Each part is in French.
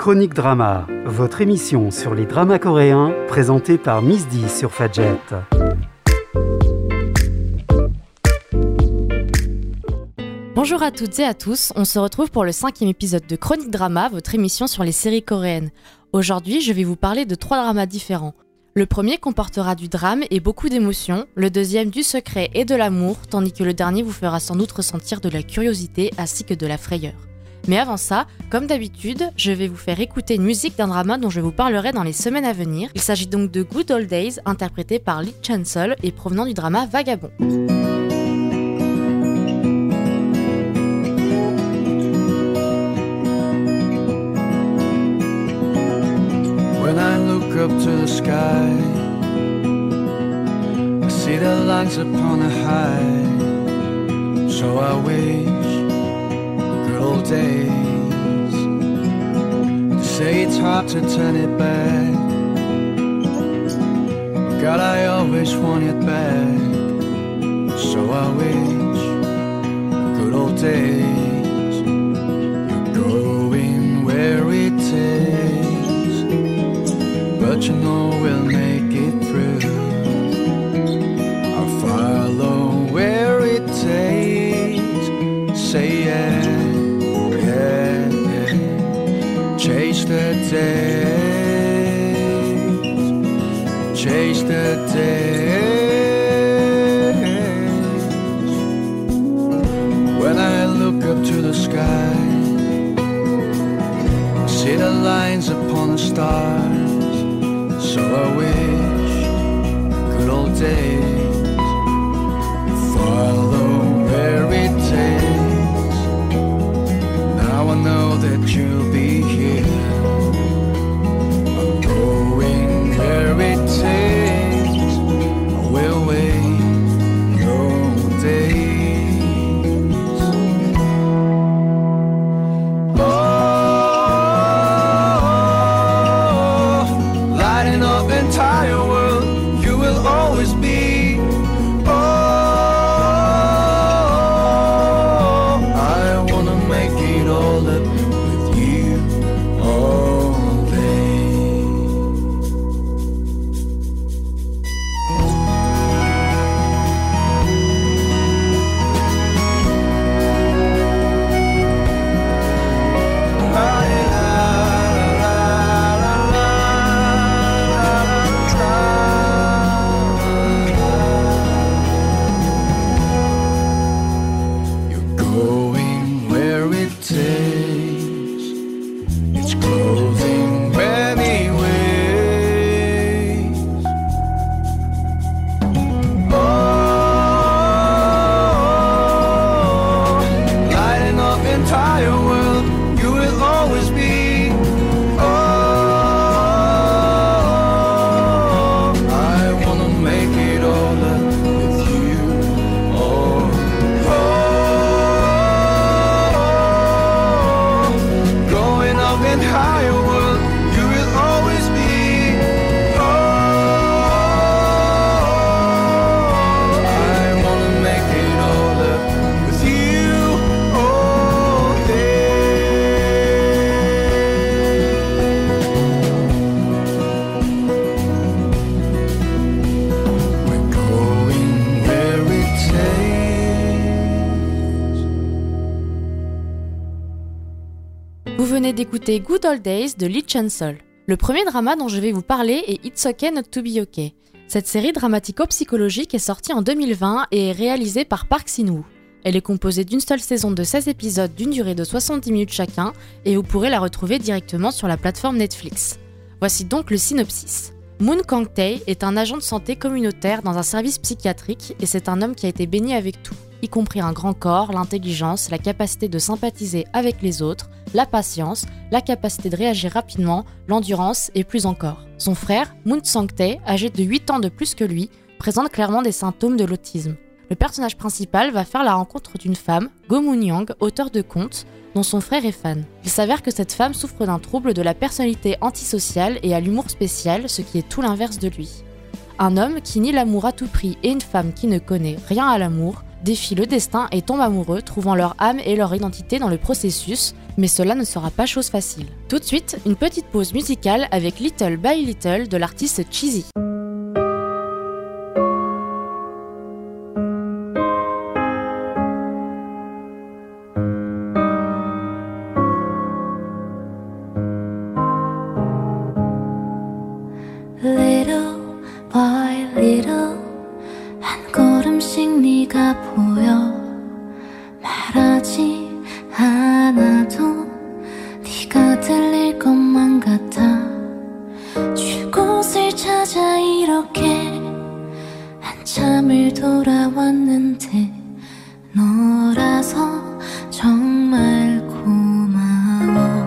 Chronique Drama, votre émission sur les dramas coréens, présentée par Miss D sur Fadjet. Bonjour à toutes et à tous, on se retrouve pour le 5e épisode de Chronique Drama, votre émission sur les séries coréennes. Aujourd'hui, je vais vous parler de 3 dramas différents. Le premier comportera du drame et beaucoup d'émotions, le deuxième du secret et de l'amour, tandis que le dernier vous fera sans doute ressentir de la curiosité ainsi que de la frayeur. Mais avant ça, comme d'habitude, je vais vous faire écouter une musique d'un drama dont je vous parlerai dans les semaines à venir. Il s'agit donc de Good Old Days, interprété par Lee Chan-sol et provenant du drama Vagabond. When I look up to the sky, I see the lines upon a high. So I wish good old days. To say it's hard to turn it back, God, I always want it back. So I wish good old days. You're going where it takes, but you know we'll make it through. I'll follow where it takes. Say yeah, yeah, yeah. Chase the days, chase the days. When I look up to the sky, I see the lines upon the stars. So I wish good old days, follow where it takes. Now I know that you'll be here. I'm going where it takes. I will wait no days. Oh, lighting up the entire world, you will always be. Oh, I wanna make it all up with you all day. You're going where it takes. It's closing many ways. Oh, lighting up the entire world, you will always be. Oh, I wanna make it all up with you. Oh, going up in higher world, you will always be. Oh, I wanna make it all up with you all day. We're going where it takes. Vous venez d'écouter Good Old Days de Lee Chan-sol. Le premier drama dont je vais vous parler est It's Okay Not to Be Okay. Cette série dramatico-psychologique est sortie en 2020 et est réalisée par Park Sin-woo. Elle est composée d'une seule saison de 16 épisodes d'une durée de 70 minutes chacun et vous pourrez la retrouver directement sur la plateforme Netflix. Voici donc le synopsis. Moon Kang-tae est un agent de santé communautaire dans un service psychiatrique et c'est un homme qui a été béni avec tout, y compris un grand corps, l'intelligence, la capacité de sympathiser avec les autres, la patience, la capacité de réagir rapidement, l'endurance et plus encore. Son frère, Moon Sang-tae, âgé de 8 ans de plus que lui, présente clairement des symptômes de l'autisme. Le personnage principal va faire la rencontre d'une femme, Go Moon-young, auteure de contes, dont son frère est fan. Il s'avère que cette femme souffre d'un trouble de la personnalité antisociale et a l'humour spécial, ce qui est tout l'inverse de lui. Un homme qui nie l'amour à tout prix et une femme qui ne connaît rien à l'amour défient le destin et tombent amoureux, trouvant leur âme et leur identité dans le processus, mais cela ne sera pas chose facile. Tout de suite, une petite pause musicale avec Little by Little de l'artiste Cheesy. Little by little 한 걸음씩 네가 보여 말하지 않아도 네가 들릴 것만 같아 쉴 곳을 찾아 이렇게 한참을 돌아왔는데 너라서 정말 고마워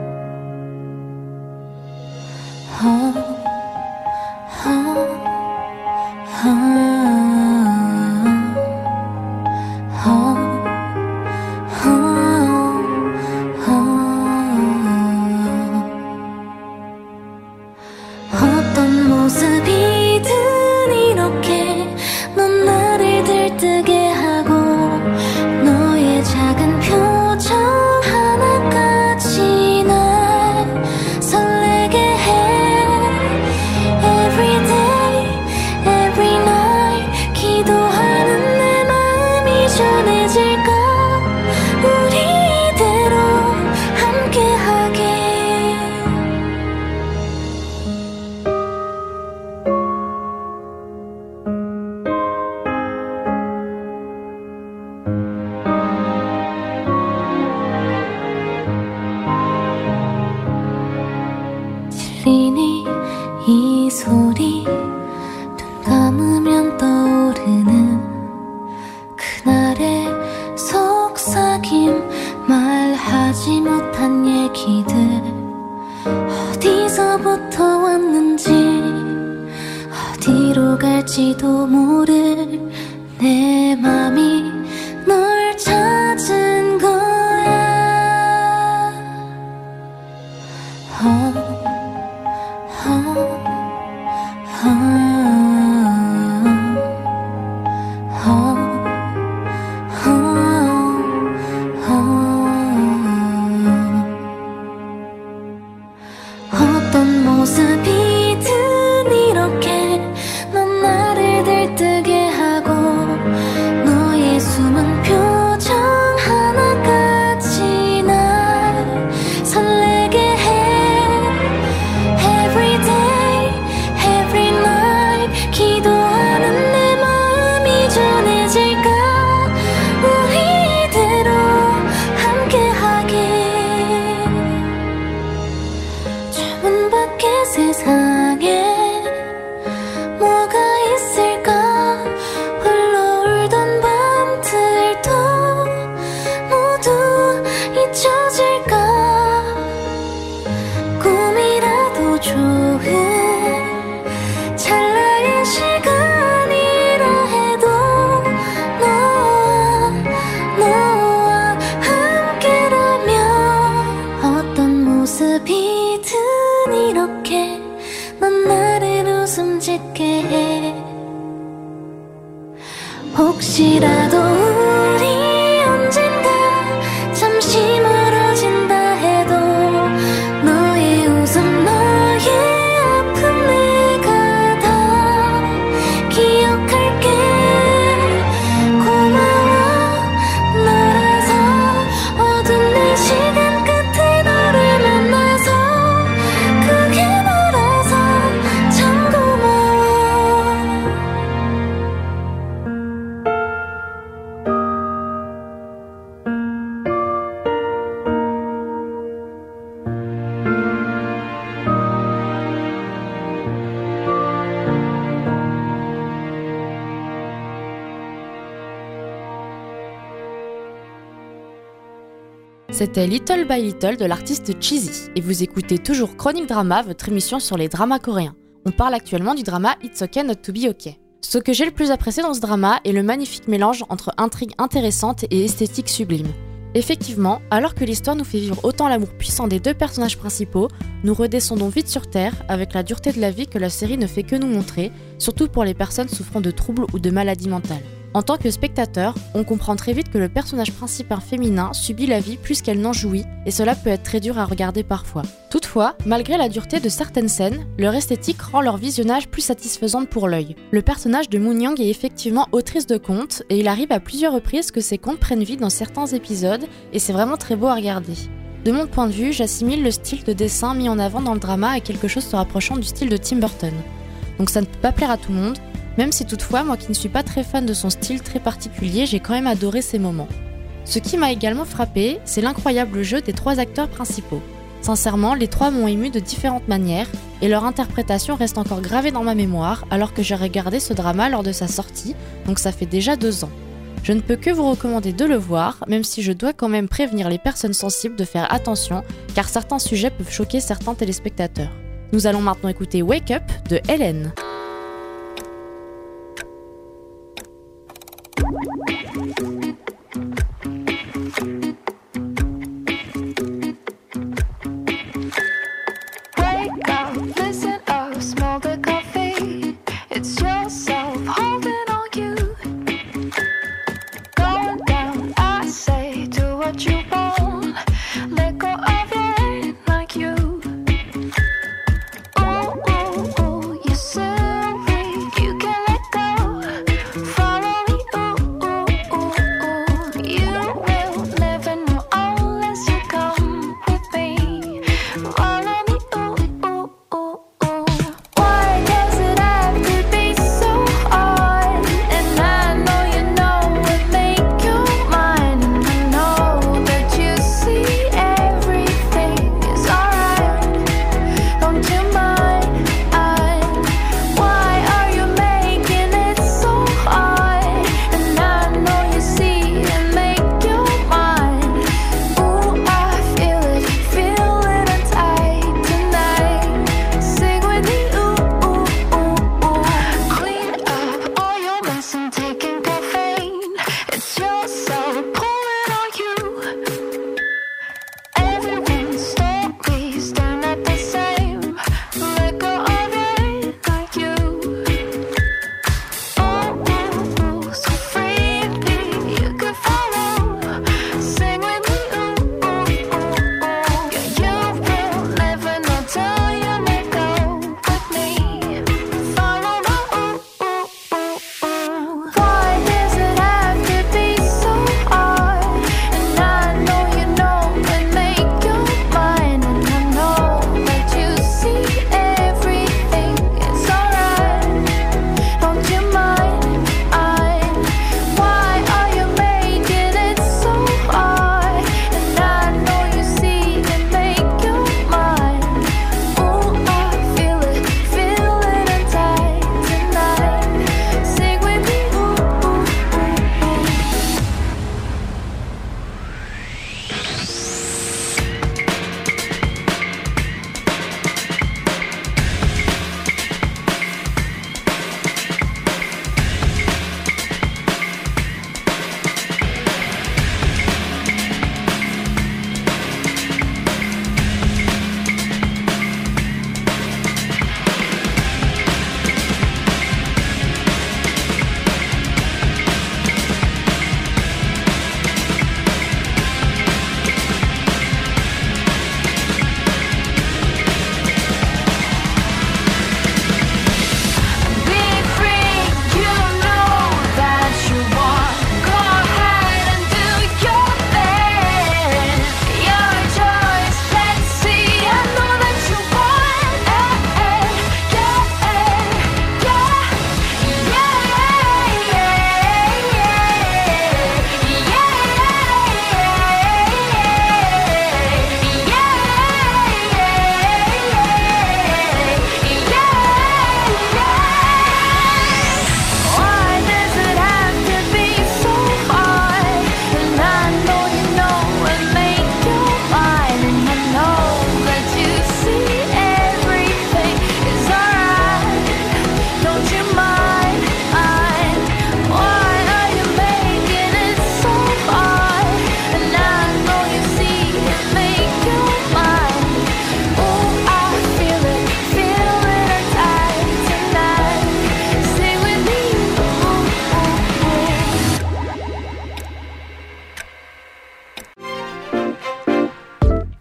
어떤 모습이든 이렇게 넌 나를 들뜨게 하고 너의 작은 표정 하나까지 날 설레게 해 Every day, every night 기도하는 내 마음이 전해질까 우리 이대로 함께하게 들리니 이 소리 눈 감으면 떠오르는 그날의 속삭임 말하지 못한 얘기들 어디서부터 왔는지 어디로 갈지도 모를 내 맘이 널 찾은 거야 어떤 모습이든 이렇게 넌 나를 들뜨게 하고 너의 숨은 표정 하나까지 날 설레게 해 Every day, every night 기도하는 내 마음이 전해질까 우리 이대로 함께하게 좁은 밖의 세상에 뭐가 있을까 홀로 울던 밤들도 모두 잊혀질까 꿈이라도 좋은 찰나의 시간이라 해도 너와 함께라면 어떤 모습이든 이렇게 넌 나를 웃음 짓게 해 혹시라도 우리 언젠가 잠시 멀어진다 해도 너의 웃음 너의 아픔 내가 다 기억할게 고마워 너라서 어두운 내 시간 끝에 너를 만나서 그게 너라서 참 고마워 C'était Little by Little de l'artiste Cheesy. Et vous écoutez toujours Chronique Drama, votre émission sur les dramas coréens. On parle actuellement du drama It's Okay Not to Be Okay. Ce que j'ai le plus apprécié dans ce drama est le magnifique mélange entre intrigue intéressante et esthétique sublime. Effectivement, alors que l'histoire nous fait vivre autant l'amour puissant des deux personnages principaux, nous redescendons vite sur Terre avec la dureté de la vie que la série ne fait que nous montrer, surtout pour les personnes souffrant de troubles ou de maladies mentales. En tant que spectateur, on comprend très vite que le personnage principal féminin subit la vie plus qu'elle n'en jouit, et cela peut être très dur à regarder parfois. Toutefois, malgré la dureté de certaines scènes, leur esthétique rend leur visionnage plus satisfaisant pour l'œil. Le personnage de Moon Young est effectivement autrice de contes, et il arrive à plusieurs reprises que ses contes prennent vie dans certains épisodes, et c'est vraiment très beau à regarder. De mon point de vue, j'assimile le style de dessin mis en avant dans le drama à quelque chose se rapprochant du style de Tim Burton. Donc ça ne peut pas plaire à tout le monde, même si toutefois, moi qui ne suis pas très fan de son style très particulier, j'ai quand même adoré ces moments. Ce qui m'a également frappé, c'est l'incroyable jeu des 3 acteurs principaux. Sincèrement, les 3 m'ont ému de différentes manières, et leur interprétation reste encore gravée dans ma mémoire, alors que j'ai regardé ce drama lors de sa sortie, donc ça fait déjà 2 ans. Je ne peux que vous recommander de le voir, même si je dois quand même prévenir les personnes sensibles de faire attention, car certains sujets peuvent choquer certains téléspectateurs. Nous allons maintenant écouter Wake Up de Hélène.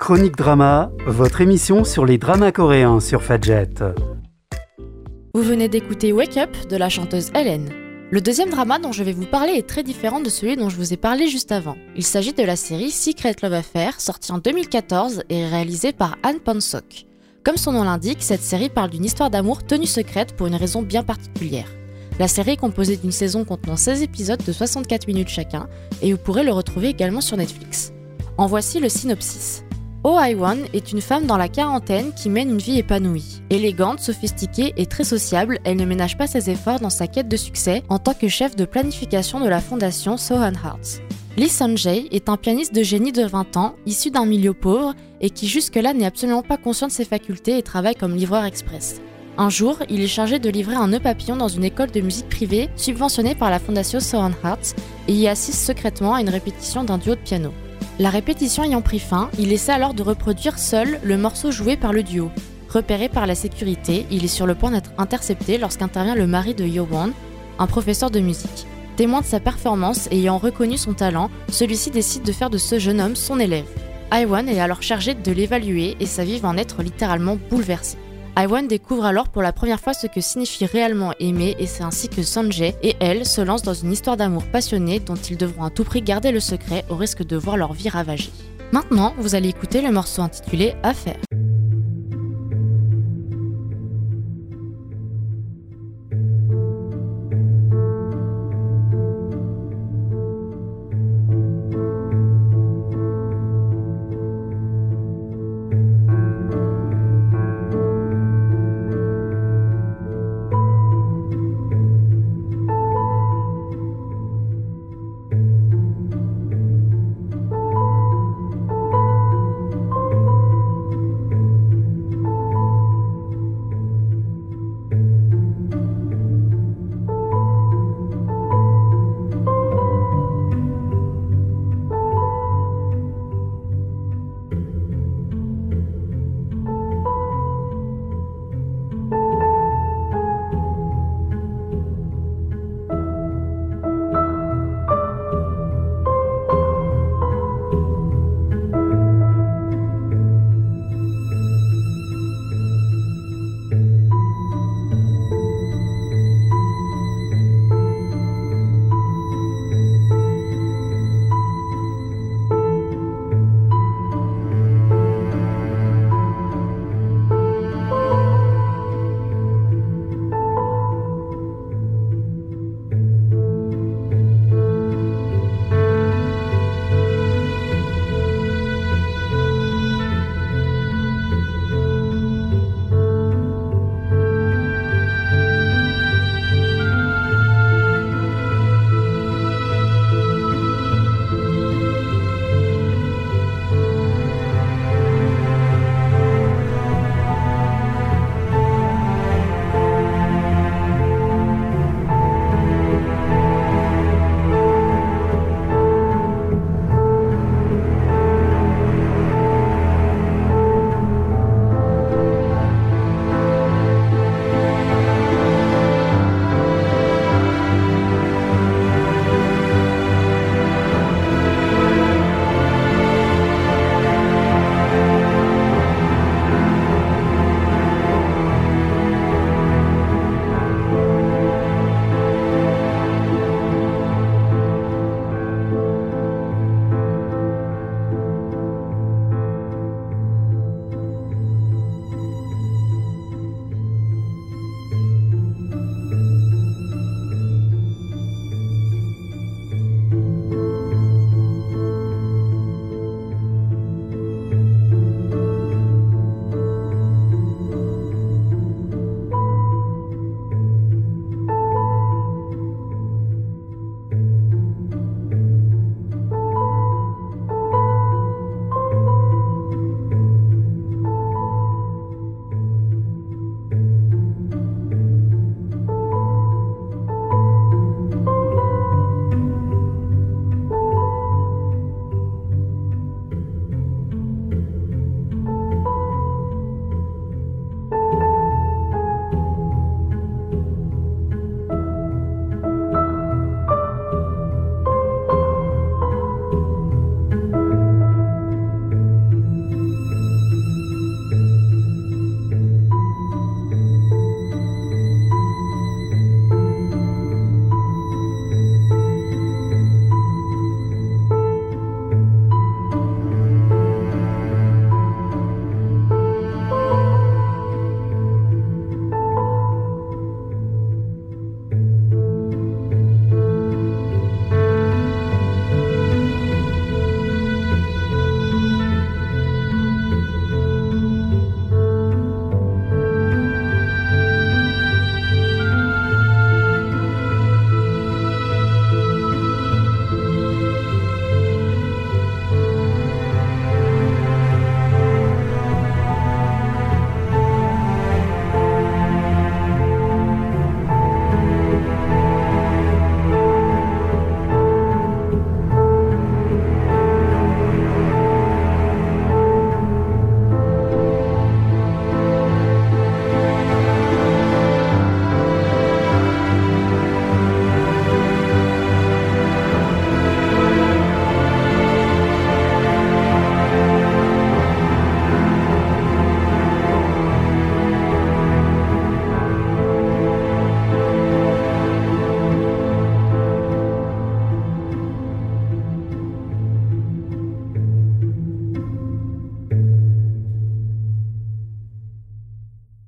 Chronique Drama, votre émission sur les dramas coréens sur Fadjet. Vous venez d'écouter Wake Up de la chanteuse Hélène. Le deuxième drama dont je vais vous parler est très différent de celui dont je vous ai parlé juste avant. Il s'agit de la série Secret Love Affair, sortie en 2014 et réalisée par Ahn Pon-sok. Comme son nom l'indique, cette série parle d'une histoire d'amour tenue secrète pour une raison bien particulière. La série est composée d'une saison contenant 16 épisodes de 64 minutes chacun et vous pourrez le retrouver également sur Netflix. En voici le synopsis. Oh Hae-won est une femme dans la quarantaine qui mène une vie épanouie. Élégante, sophistiquée et très sociable, elle ne ménage pas ses efforts dans sa quête de succès en tant que chef de planification de la fondation Sohan Hearts. Lee Sun-jae est un pianiste de génie de 20 ans, issu d'un milieu pauvre et qui jusque-là n'est absolument pas conscient de ses facultés et travaille comme livreur express. Un jour, il est chargé de livrer un nœud papillon dans une école de musique privée subventionnée par la fondation Sohan Hearts et y assiste secrètement à une répétition d'un duo de piano. La répétition ayant pris fin, il essaie alors de reproduire seul le morceau joué par le duo. Repéré par la sécurité, il est sur le point d'être intercepté lorsqu'intervient le mari de Yo-won, un professeur de musique. Témoin de sa performance et ayant reconnu son talent, celui-ci décide de faire de ce jeune homme son élève. Hae-won est alors chargé de l'évaluer et sa vie va en être littéralement bouleversée. Hae-won découvre alors pour la première fois ce que signifie réellement aimer et c'est ainsi que Sun-jae et elle se lancent dans une histoire d'amour passionnée dont ils devront à tout prix garder le secret au risque de voir leur vie ravagée. Maintenant, vous allez écouter le morceau intitulé Affaire.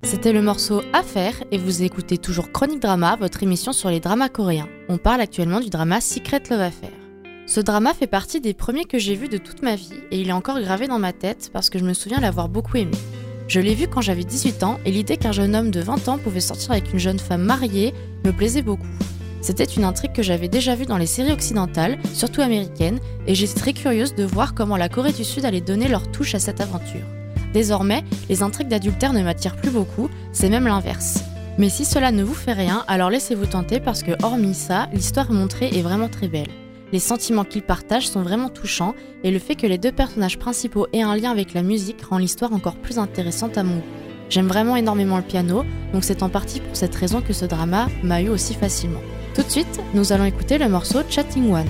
C'était le morceau Affaire et vous écoutez toujours Chronique Drama, votre émission sur les dramas coréens. On parle actuellement du drama Secret Love Affair. Ce drama fait partie des premiers que j'ai vus de toute ma vie et il est encore gravé dans ma tête parce que je me souviens l'avoir beaucoup aimé. Je l'ai vu quand j'avais 18 ans et l'idée qu'un jeune homme de 20 ans pouvait sortir avec une jeune femme mariée me plaisait beaucoup. C'était une intrigue que j'avais déjà vue dans les séries occidentales, surtout américaines, et j'étais très curieuse de voir comment la Corée du Sud allait donner leur touche à cette aventure. Désormais, les intrigues d'adultère ne m'attirent plus beaucoup, c'est même l'inverse. Mais si cela ne vous fait rien, alors laissez-vous tenter parce que hormis ça, l'histoire montrée est vraiment très belle. Les sentiments qu'ils partagent sont vraiment touchants et le fait que les deux personnages principaux aient un lien avec la musique rend l'histoire encore plus intéressante à mon goût. J'aime vraiment énormément le piano, donc c'est en partie pour cette raison que ce drama m'a eu aussi facilement. Tout de suite, nous allons écouter le morceau Chatting One.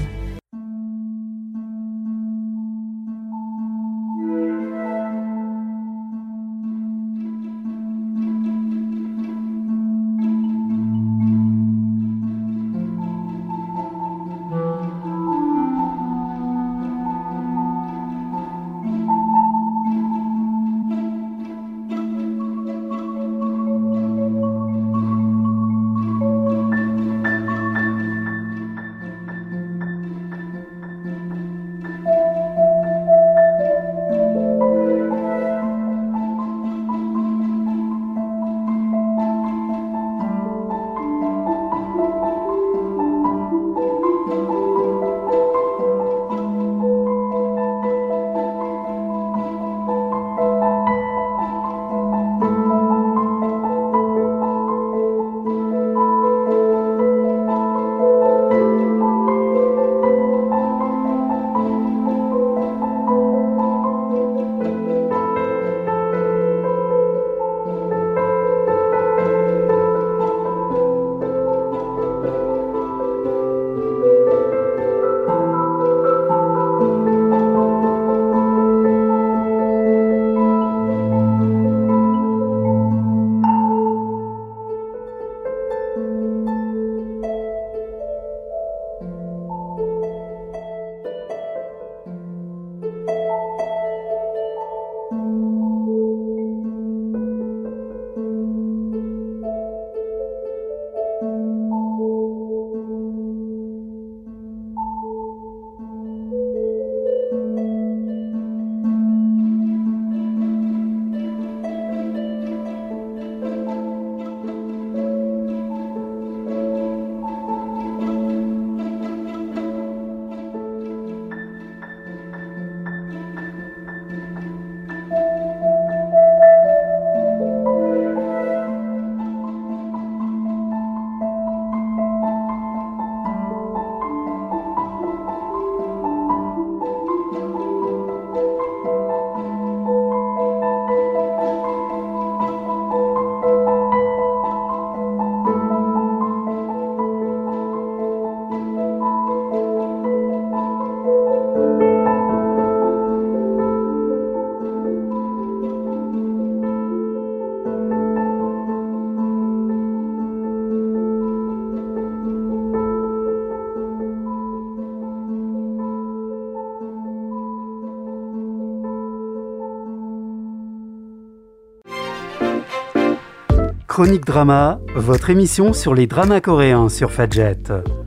Chronique Drama, votre émission sur les dramas coréens sur Fadjet.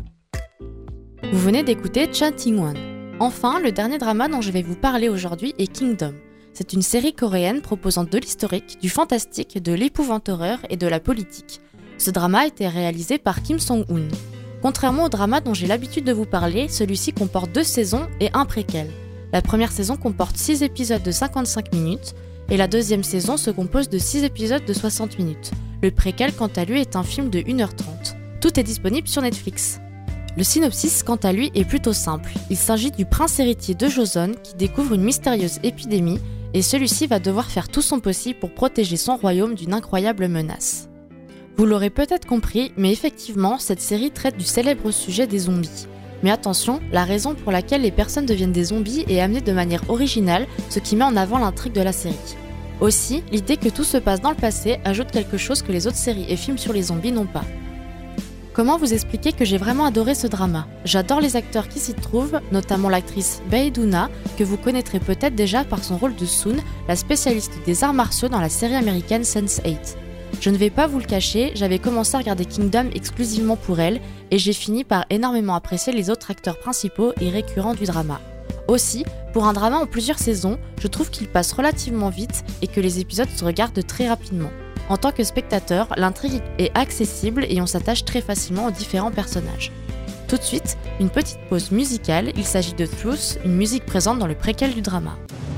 Vous venez d'écouter Chatting One. Enfin, le dernier drama dont je vais vous parler aujourd'hui est Kingdom. C'est une série coréenne proposant de l'historique, du fantastique, de l'épouvante horreur et de la politique. Ce drama a été réalisé par Kim Song-hoon. Contrairement au drama dont j'ai l'habitude de vous parler, celui-ci comporte 2 saisons et un préquel. La première saison comporte 6 épisodes de 55 minutes et la deuxième saison se compose de 6 épisodes de 60 minutes. Le préquel, quant à lui, est un film de 1h30. Tout est disponible sur Netflix. Le synopsis, quant à lui, est plutôt simple. Il s'agit du prince héritier de Joseon qui découvre une mystérieuse épidémie et celui-ci va devoir faire tout son possible pour protéger son royaume d'une incroyable menace. Vous l'aurez peut-être compris, mais effectivement, cette série traite du célèbre sujet des zombies. Mais attention, la raison pour laquelle les personnes deviennent des zombies est amenée de manière originale, ce qui met en avant l'intrigue de la série. Aussi, l'idée que tout se passe dans le passé ajoute quelque chose que les autres séries et films sur les zombies n'ont pas. Comment vous expliquer que j'ai vraiment adoré ce drama ? J'adore les acteurs qui s'y trouvent, notamment l'actrice Bae Doona, que vous connaîtrez peut-être déjà par son rôle de Soon, la spécialiste des arts martiaux dans la série américaine Sense8. Je ne vais pas vous le cacher, j'avais commencé à regarder Kingdom exclusivement pour elle et j'ai fini par énormément apprécier les autres acteurs principaux et récurrents du drama. Aussi, pour un drama en plusieurs saisons, je trouve qu'il passe relativement vite et que les épisodes se regardent très rapidement. En tant que spectateur, l'intrigue est accessible et on s'attache très facilement aux différents personnages. Tout de suite, une petite pause musicale, il s'agit de Truth, une musique présente dans le préquel du drama.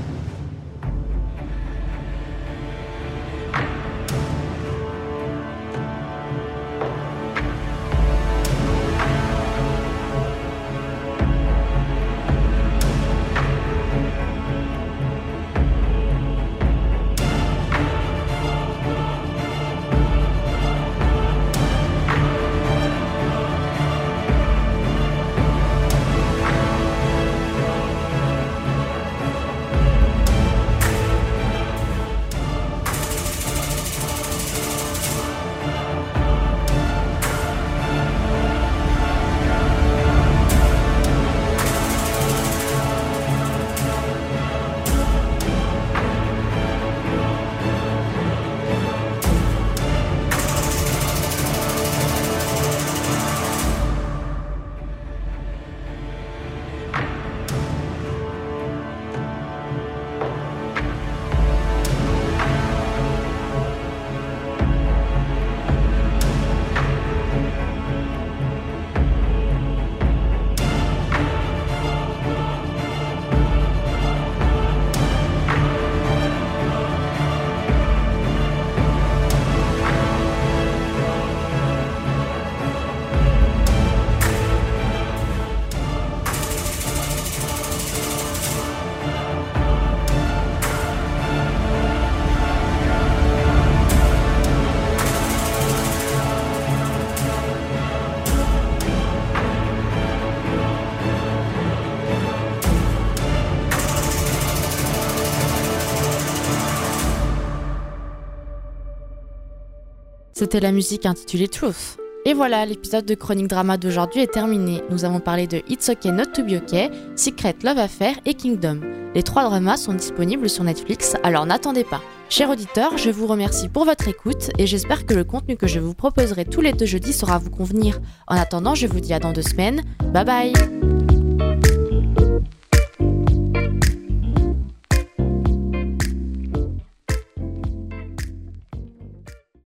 C'était la musique intitulée Truth. Et voilà, l'épisode de Chronique Drama d'aujourd'hui est terminé. Nous avons parlé de It's Okay Not to Be Okay, Secret Love Affair et Kingdom. Les 3 dramas sont disponibles sur Netflix, alors n'attendez pas. Chers auditeurs, je vous remercie pour votre écoute et j'espère que le contenu que je vous proposerai tous les 2 jeudis saura vous convenir. En attendant, je vous dis à dans 2 semaines. Bye bye!